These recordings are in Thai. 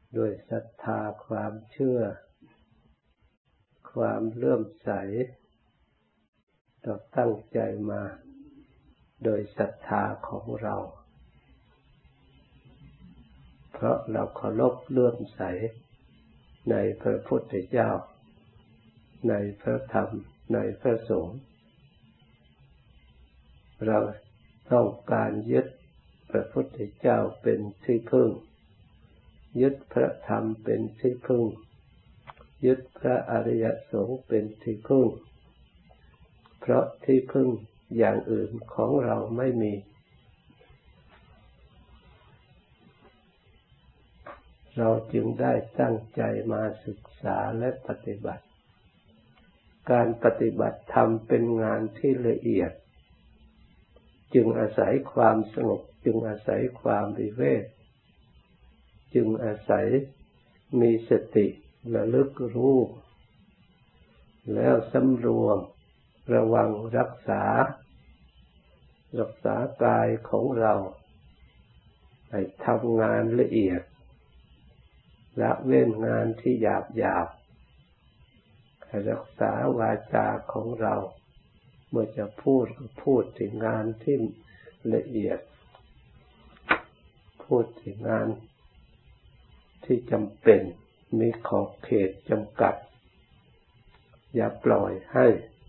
ด้วยศรัทธาความเชื่อความเลื่อมใสเราตั้งใจมาโดยศรัทธาของเราเพราะเราเคารพเลื่อมใสในพระพุทธเจ้าในพระธรรมในพระสงฆ์เราต้องการยึดพระพุทธเจ้าเป็นที่พึ่งยึดพระธรรมเป็นที่พึ่งยึดพระอริยสงฆ์เป็นที่พึ่งเพราะที่พึ่งอย่างอื่นของเราไม่มีเราจึงได้ตั้งใจมาศึกษาและปฏิบัติการปฏิบัติธรรมเป็นงานที่ละเอียดจึงอาศัยความสงบจึงอาศัยความวิเวกจึงอาศัยมีสติระลึกรู้แล้วสำรวมระวังรักษากายของเราให้ทำงานละเอียดละเว้นงานที่หยาบให้รักษาวาจาของเราเมื่อจะพูดก็พูดถึงงานที่ละเอียดพูดถึงงานที่จำเป็นมีขอบเขตจำกัดอย่าปล่อยให้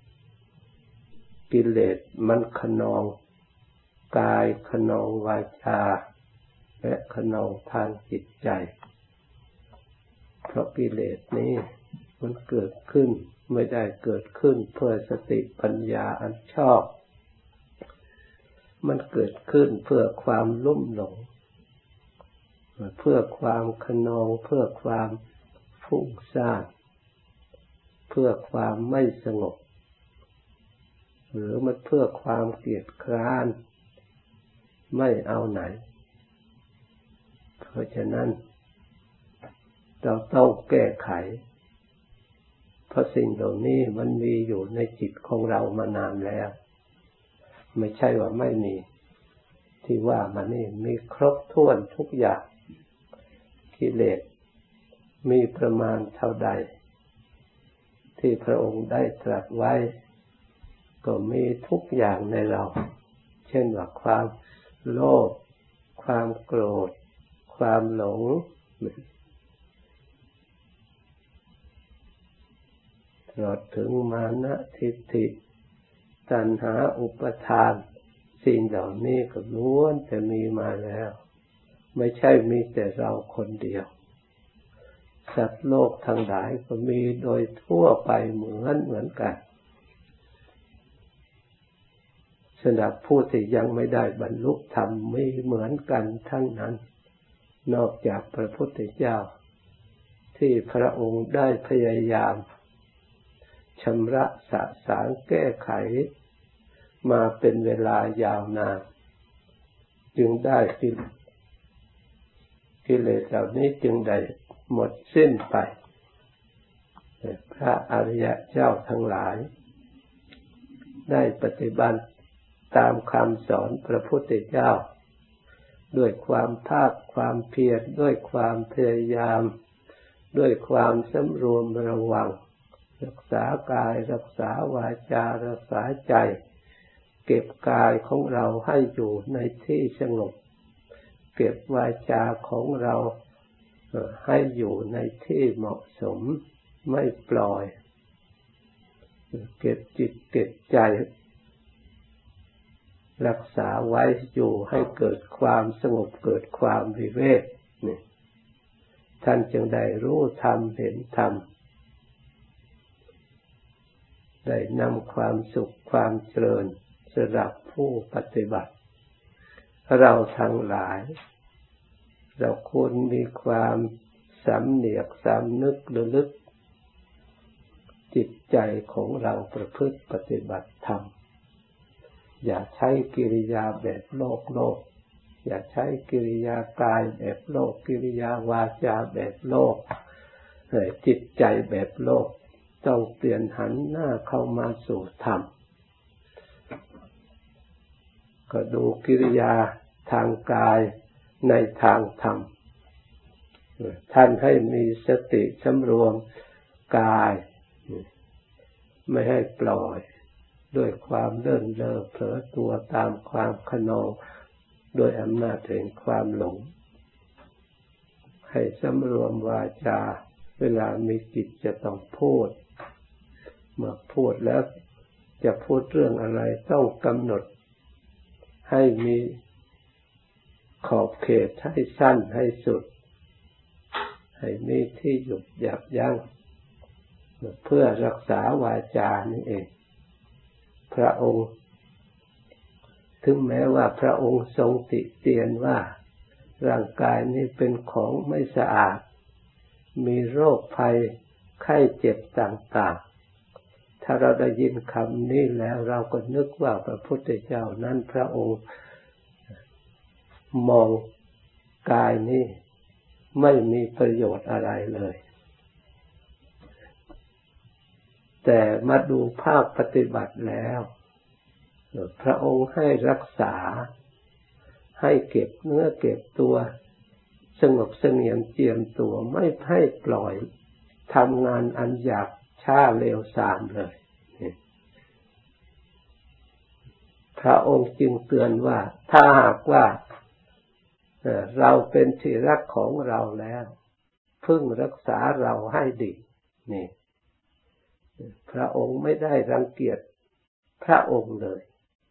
กิเลสมันขนองกายขนองวาจาและขนองทางจิตใจเพราะกิเลสนี้มันเกิดขึ้นไม่ได้เกิดขึ้นเพื่อสติปัญญาอันชอบมันเกิดขึ้นเพื่อความลุ่มหลงเพื่อความขนองเพื่อความฟุ้งซ่านเพื่อความไม่สงบหรือมันเพื่อความเกลียดคร้านไม่เอาไหนเพราะฉะนั้นเราต้องแก้ไขเพราะสิ่งเหล่านี้มันมีอยู่ในจิตของเรามานานแล้วไม่ใช่ว่าไม่มีที่ว่ามันนี่มีครบถ้วนทุกอย่างกิเลสมีประมาณเท่าใดที่พระองค์ได้ตรัสไว้ก็มีทุกอย่างในเราเช่นว่าความโลภความโกรธความหลงตลอดถึงมานะทิฏฐิตัณหาอุปาทานสิ่งเหล่านี้ก็ล้วนแต่มีมาแล้วไม่ใช่มีแต่เราคนเดียวสัตว์โลกทั้งหลายก็มีโดยทั่วไปเหมือนกันสำหรับผู้ที่ยังไม่ได้บรรลุธรรมไม่เหมือนกันทั้งนั้นนอกจากพระพุทธเจ้าที่พระองค์ได้พยายามชำระสะสางแก้ไขมาเป็นเวลายาวนานจึงได้กิเลสเหล่านี้จึงได้หมดสิ้นไปพระอริยเจ้าทั้งหลายได้ปฏิบัติตามคำสอนพระพุทธเจ้าด้วยความภาคความเพียรด้วยความพยายามด้วยความสำรวมระวังรักษากายรักษาวาจารักษาใจเก็บกายของเราให้อยู่ในที่สงบเก็บวาจาของเราให้อยู่ในที่เหมาะสมไม่ปล่อยเก็บจิตเก็บใจรักษาไว้อยู่ให้เกิดความสงบเกิดความวิเวกนี่ท่านจึงได้รู้ธรรมเห็นธรรมได้นำความสุขความเจริญสำหรับผู้ปฏิบัติเราทั้งหลายเราควรมีความสำเนียกสำนึกระลึกจิตใจของเราประพฤติปฏิบัติธรรมอย่าใช้กิริยาแบบโลกอย่าใช้กิริยากายแบบโลกกิริยาวาจาแบบโลกจิตใจแบบโลกต้องเปลี่ยนหันหน้าเข้ามาสู่ธรรมก็ดูกิริยาทางกายในทางธรรมท่านให้มีสติสำรวมกายไม่ให้ปล่อยด้วยความเลื่อนเลอเผลอตัวตามความขนองโดยอำนาจแห่งความหลงให้สำรวมวาจาเวลามีจิตจะต้องพูดเมื่อพูดแล้วจะพูดเรื่องอะไรต้องกำหนดให้มีขอบเขตให้สั้นให้สุดให้มีที่หยุดยับยั้งเพื่อรักษาวาจานี่เองพระองค์ถึงแม้ว่าพระองค์ทรงติเตียนว่าร่างกายนี้เป็นของไม่สะอาดมีโรคภัยไข้เจ็บต่างๆถ้าเราได้ยินคำนี้แล้วเราก็นึกว่าพระพุทธเจ้านั้นพระองค์มองกายนี้ไม่มีประโยชน์อะไรเลยแต่มาดูภาคปฏิบัติแล้วพระองค์ให้รักษาให้เก็บเนื้อเก็บตัวสงบเสงี่ยมเจียมตัวไม่ให้ปล่อยทำงานอันหยาบช้าเลวทรามเลยพระองค์จึงเตือนว่าถ้าหากว่าเราเป็นที่รักของเราแล้วพึงรักษาเราให้ดีนี่พระองค์ไม่ได้รังเกียจพระองค์เลย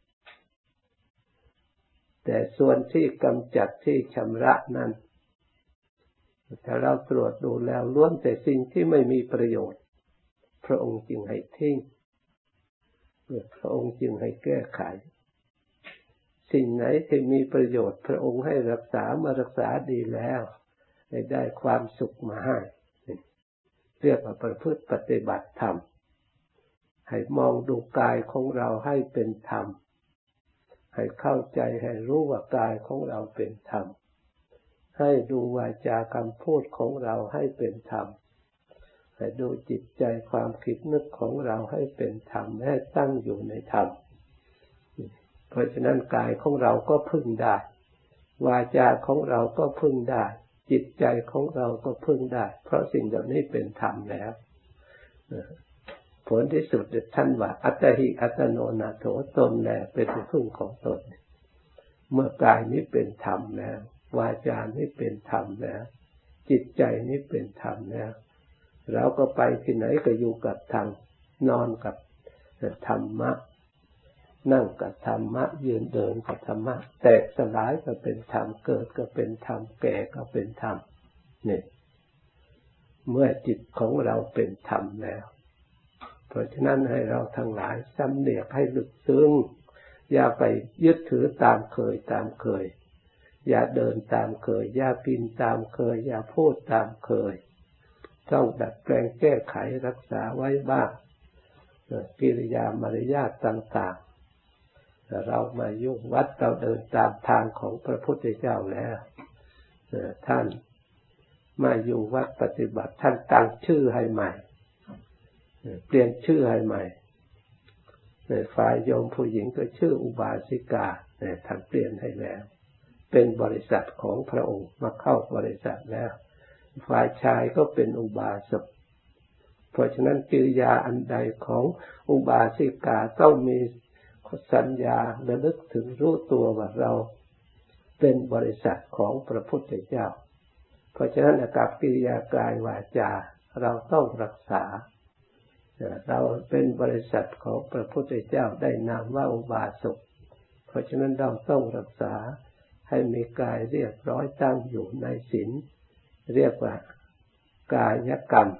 แต่ส่วนที่กำจัดที่ชำระนั้นถ้าเราตรวจดูแล้วล้วนแต่สิ่งที่ไม่มีประโยชน์พระองค์จึงให้ทิ้งพระองค์จึงให้แก้ไขสิ่งไหนที่มีประโยชน์พระองค์ให้รักษามารักษาดีแล้วได้ความสุขมาให้เรียกว่าประพฤติปฏิบัติธรรมให้มองดูกายของเราให้เป็นธรรมให้เข้าใจให้รู้ว่ากายของเราเป็นธรรมให้ดูวาจาคำพูดของเราให้เป็นธรรมให้ดูจิตใจความคิดนึกของเราให้เป็นธรรมให้ตั้งอยู่ในธรรมเพราะฉะนั้นกายของเราก็พึ่งได้วาจาของเราก็พึ่งได้จิตใจของเราก็พึ่งได้เพราะสิ่งเหล่านี้เป็นธรรมแล้วผลที่สุดท่านว่าอัตถิอัตโนนาโถตนแลเป็นที่พึ่งของตนเมื่อกายนี้เป็นธรรมแล้ววาจานี้เป็นธรรมแล้วจิตใจนี้เป็นธรรมแล้วเราก็ไปที่ไหนก็อยู่กับธรรมนอนกับธรรมะนั่งกับธรรมะยืนเดินกับธรรมะแตกสลายก็เป็นธรรมเกิดก็เป็นธรรมแก่ก็เป็นธรรมนี่เมื่อจิตของเราเป็นธรรมแล้วเพราะฉะนั้นให้เราทั้งหลายสำเนียกให้ลึกซึ้งอย่าไปยึดถือตามเคยอย่าเดินตามเคยอย่ากินตามเคยอย่าพูดตามเคยต้องดัดแปลงแก้ไขรักษาไว้บ้างกิริยามารยาทต่างๆเรามายุ่งวัดเราเดินตามทางของพระพุทธเจ้าแล้วท่านมาอยู่วัดปฏิบัติท่านตั้งชื่อให้ใหม่เปลี่ยนชื่อให้ใหม่ฝ่ายโยมผู้หญิงก็ชื่ออุบาสิกาท่านเปลี่ยนให้แล้วเป็นบริษัทของพระองค์มาเข้าบริษัทแล้วฝ่ายชายก็เป็นอุบาสกเพราะฉะนั้นกิริยาอันใดของอุบาสิกาต้องมีสัญญาระลึกถึงรู้ตัวว่าเราเป็นบริษัทของพระพุทธเจ้าเพราะฉะนั้นอากับกิริยากายวาจาเราต้องรักษาเราเป็นบริษัทของพระพุทธเจ้าได้นามว่าอุบาสกเพราะฉะนั้นเราต้องรักษาให้มีกายเรียบร้อยตั้งอยู่ในศีลเรียกว่ากายกรรม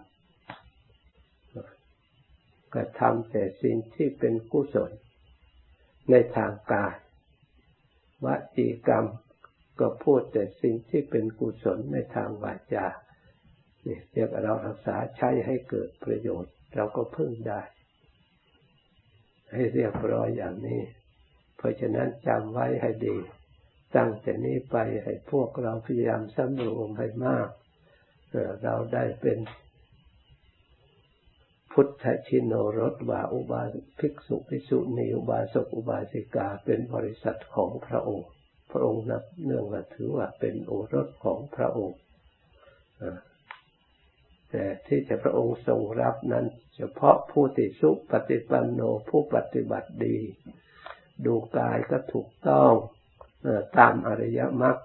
กระทำแต่สิ่งที่เป็นกุศลในทางกายวจีกรรมก็พูดแต่สิ่งที่เป็นกุศลในทางวาจาเรียกเรารักษาใช้ให้เกิดประโยชน์เราก็พึ่งได้ให้เรียบร้อยอย่างนี้เพราะฉะนั้นจำไว้ให้ดีตั้งแต่นี้ไปให้พวกเราพยายามสำรวมให้มากเราได้เป็นพุทธชิโนรสว่าอุบาสกภิกษุภิกษุณีอุบาสกอุบาสิกาเป็นบริษัทของพระองค์พระองค์นับเนื่องว่าถือว่าเป็นโอรสของพระองค์แต่ที่จะพระองค์ทรงรับนั้นเฉพาะผู้ที่สุปฏิปันโนผู้ปฏิบัติดีดูกายก็ถูกต้องตามอริยมรรค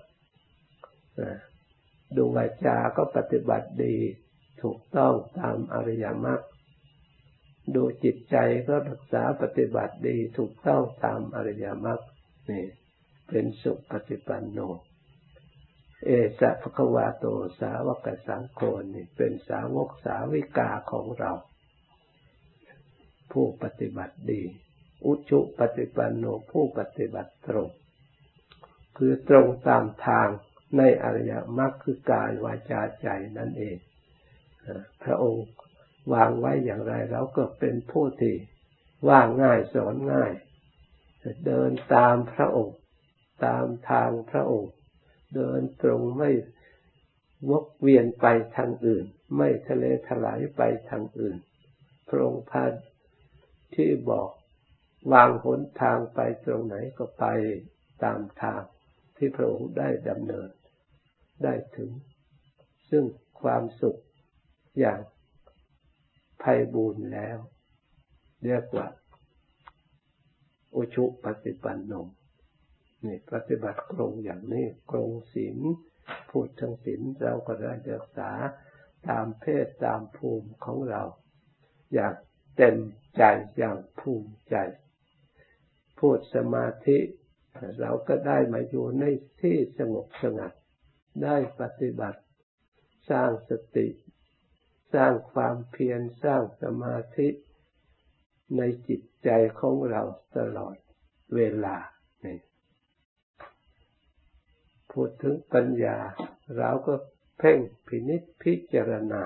ดูวาจาก็ปฏิบัติดีถูกต้องตามอริยมรรคดูจิตใจก็รักษาปฏิบัติดีถูกต้องตามอริยมรรคนี่เป็นสุปฏิปันโนเอสะภะคะวะโตสาวกสังโฆนี่เป็นสาวกสาวิกาของเราผู้ปฏิบัติดีอุชุปฏิปันโนผู้ปฏิบัติตรงคือตรงตามทางในอริยมรรคคือกายวาจาใจนั่นเองพระองค์วางไว้อย่างไรเราก็เป็นผู้ที่ว่าง่ายสอนง่ายเดินตามพระองค์ตามทางพระองค์เดินตรงไม่วกเวียนไปทางอื่นไม่ทะเลถลายไปทางอื่นพระองค์พาที่บอกวางหนทางไปตรงไหนก็ไปตามทางที่พระองค์ได้ดำเนินได้ถึงซึ่งความสุขอย่างไพบูลย์แล้วเรียกว่าอุชุปฏิปันโนนี่ปฏิบัติตรงอย่างนี้ตรงศีลพูดถึงศีลเราก็ได้รักษาตามเพศตามภูมิของเราอย่างเต็มใจอย่างภูมิใจพูดสมาธิเราก็ได้มาอยู่ในที่สงบสงัดได้ปฏิบัติสร้างสติสร้างความเพียรสร้างสมาธิในจิตใจของเราตลอดเวลานี่พูดถึงปัญญาเราก็เพ่งพินิจพิจารณา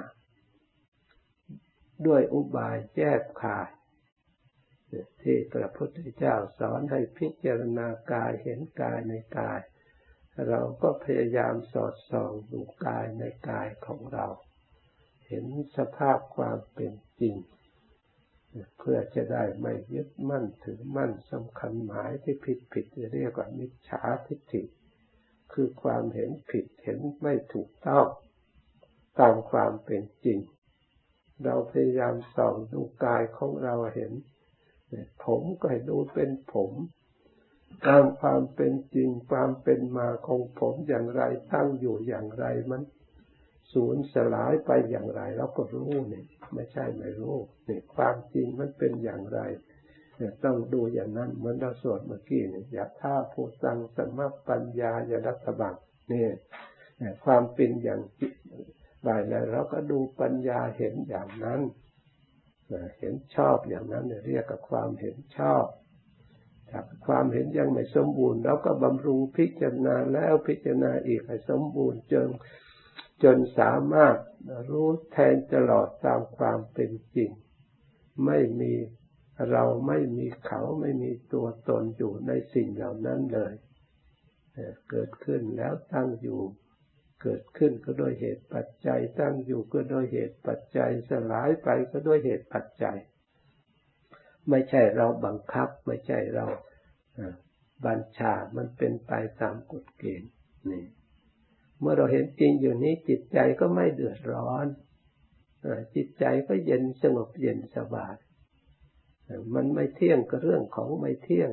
ด้วยอุบายแยกคายที่พระพุทธเจ้าสอนให้พิจารณากายเห็นกายในกายเราก็พยายามสอดส่องดูกายในกายของเราเห็นสภาพความเป็นจริงเพื่อจะได้ไม่ยึดมั่นถือมั่นสำคัญหมายที่ผิดเรียกว่ามิจฉาทิฏฐิคือความเห็นผิดเห็นไม่ถูกต้องตามความเป็นจริงเราพยายามส่องดูกายของเราเห็นผมก็ให้ดูเป็นผมตามความเป็นจริงความเป็นมาของผมอย่างไรตั้งอยู่อย่างไรมันสูญสลายไปอย่างไรเราก็รู้นี่ไม่ใช่ไม่รู้นี่ความจริงมันเป็นอย่างไรต้องดูอย่างนั้นเหมือนเราสวดเมื่อกี้นี่ยะถาภูตังสัมมปัญญายรัตบังนี่ความเป็นอย่างจิตได้แล้วเราก็ดูปัญญาเห็นอย่างนั้นเห็นชอบอย่างนั้นเรียกว่าความเห็นชอบถ้าความเห็นยังไม่สมบูรณ์เราก็บำรุงพิจารณาแล้วพิจารณาอีกให้สมบูรณ์จนสามารถรู้แทงตลอดตามความเป็นจริงไม่มีเราไม่มีเขาไม่มีตัวตนอยู่ในสิ่งเหล่านั้นเลยเกิดขึ้นแล้วตั้งอยู่เกิดขึ้นก็โดยเหตุปัจจัยตั้งอยู่ก็โดยเหตุปัจจัยสลายไปก็ด้วยเหตุปัจจัยไม่ใช่เราบังคับไม่ใช่เราบัญชามันเป็นไปตามกฎเกณฑ์นี่เมื่อเราเห็นจริงอยู่นี้จิตใจก็ไม่เดือดร้อนจิตใจก็เย็นสงบเย็นสบายมันไม่เที่ยงก็เรื่องของไม่เที่ยง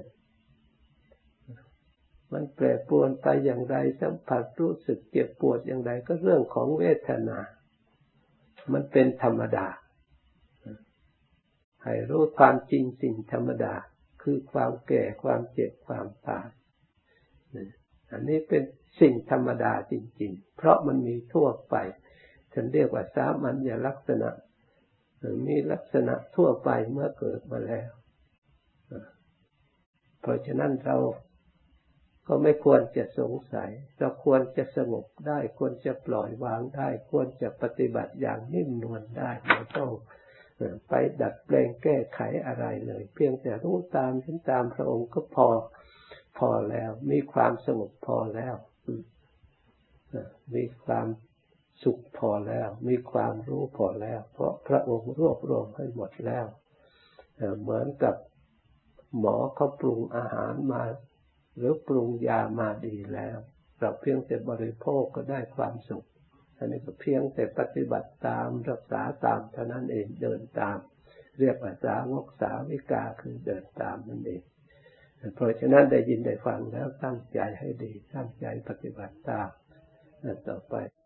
มันแปรปรวนไปอย่างไรสัมผัสรู้สึกเจ็บปวดอย่างไรก็เรื่องของเวทนามันเป็นธรรมดาให้รู้ความจริงสิ่งธรรมดาคือความแก่ความเจ็บความตายอันนี้เป็นสิ่งธรรมดาจริงๆเพราะมันมีทั่วไปฉันเรียกว่าสามัญลักษณะมีลักษณะทั่วไปเมื่อเกิดมาแล้วเพราะฉะนั้นเราก็ไม่ควรจะสงสัยเราควรจะสงบได้ควรจะปล่อยวางได้ควรจะปฏิบัติอย่างนิ่มนวลได้ไม่ต้องไปดัดแปลงแก้ไขอะไรเลยเพียงแต่รู้ตามเห็นตามพระองค์ก็พอแล้วมีความสงบพอแล้วมีความสุขพอแล้วมีความรู้พอแล้วเพราะพระองค์รวบรวมให้หมดแล้วเหมือนกับหมอเขาปรุงอาหารมาหรือปรุงยามาดีแล้วเราเพียงแต่บริโภคก็ได้ความสุขอันนี้ก็เพียงแต่ปฏิบัติตามรักษาตามเท่านั้นเองเดินตามเรียกว่าสาวกสาวิกาคือเดินตามนั่นเองเพราะฉะนั้นได้ยินได้ฟังแล้วตั้งใจให้ดีตั้งใจปฏิบัติตามต่อไป